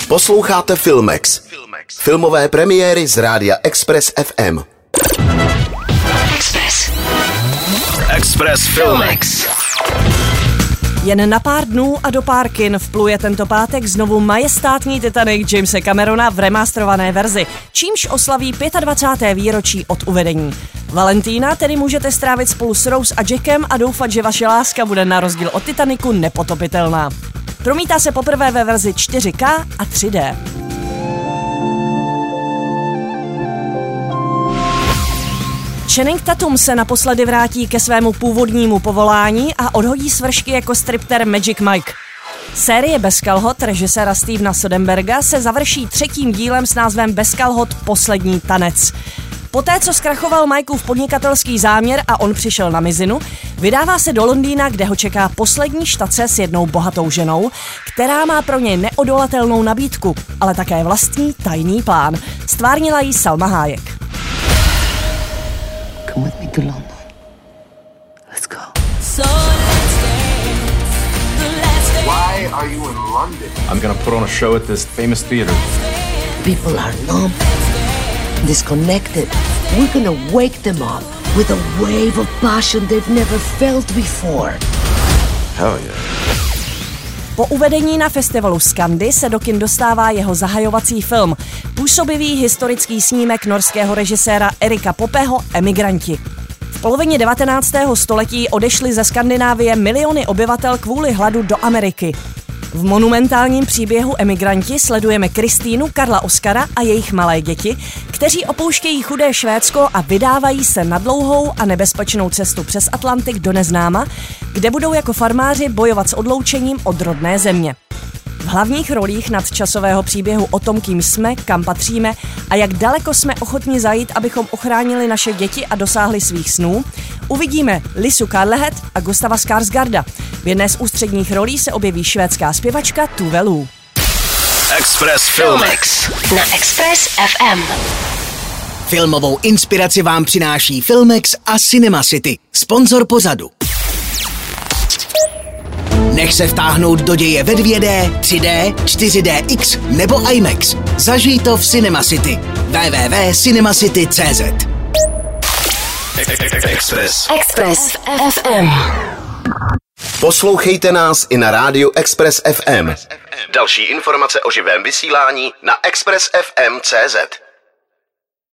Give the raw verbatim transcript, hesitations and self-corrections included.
Posloucháte Filmex. Filmové premiéry z rádia Express F M. Express. Express Filmex. Jen na pár dnů a do pár kin vpluje tento pátek znovu majestátní Titanic Jamese Camerona v remasterované verzi, čímž oslaví dvacáté páté výročí od uvedení. Valentína tedy můžete strávit spolu s Rose a Jackem a doufat, že vaše láska bude na rozdíl od Titanicu nepotopitelná. Promítá se poprvé ve verzi čtyři ká a tři dé. Channing Tatum se naposledy vrátí ke svému původnímu povolání a odhodí svršky jako stripter Magic Mike. Série Bez kalhot režiséra Stevena Soderbergha se završí třetím dílem s názvem Bez kalhot poslední tanec. Poté, co zkrachoval Mikeův podnikatelský záměr a on přišel na mizinu, vydává se do Londýna, kde ho čeká poslední štace s jednou bohatou ženou, která má pro něj neodolatelnou nabídku, ale také vlastní tajný plán. Stvárnila jí Salma Hayek. Come with me to London. Let's go. So let's dance. Let's dance. Why are you in London? I'm gonna put on a show at this famous theater. People are numb, disconnected. We're gonna wake them up with a wave of passion they've never felt before. Hell yeah. Po uvedení na festivalu Scandy se do kin dostává jeho zahajovací film, působivý historický snímek norského režiséra Erika Popeho Emigranti. V polovině devatenáctého století odešly ze Skandinávie miliony obyvatel kvůli hladu do Ameriky. V monumentálním příběhu Emigranti sledujeme Kristýnu, Karla Oskara a jejich malé děti, kteří opouštějí chudé Švédsko a vydávají se na dlouhou a nebezpečnou cestu přes Atlantik do neznáma, kde budou jako farmáři bojovat s odloučením od rodné země. V hlavních rolích nadčasového příběhu o tom, kým jsme, kam patříme a jak daleko jsme ochotni zajít, abychom ochránili naše děti a dosáhli svých snů, uvidíme Lisu Karlshed a Gustava Skarsgarda. V jedné z ústředních rolí se objeví švédská zpěvačka Tove Lo. Express Filmex. Na Express F M. Filmovou inspiraci vám přináší Filmex a Cinema City, sponzor pořadu. Nech se vtáhnout do děje ve dvě dé, tři dé, čtyři dé X nebo IMAX. Zažij to v Cinema City. w w w tečka cinemacity tečka cé zet. Express. Express F M. Poslouchejte nás i na rádiu Express F M. Další informace o živém vysílání na express f m tečka cé zet.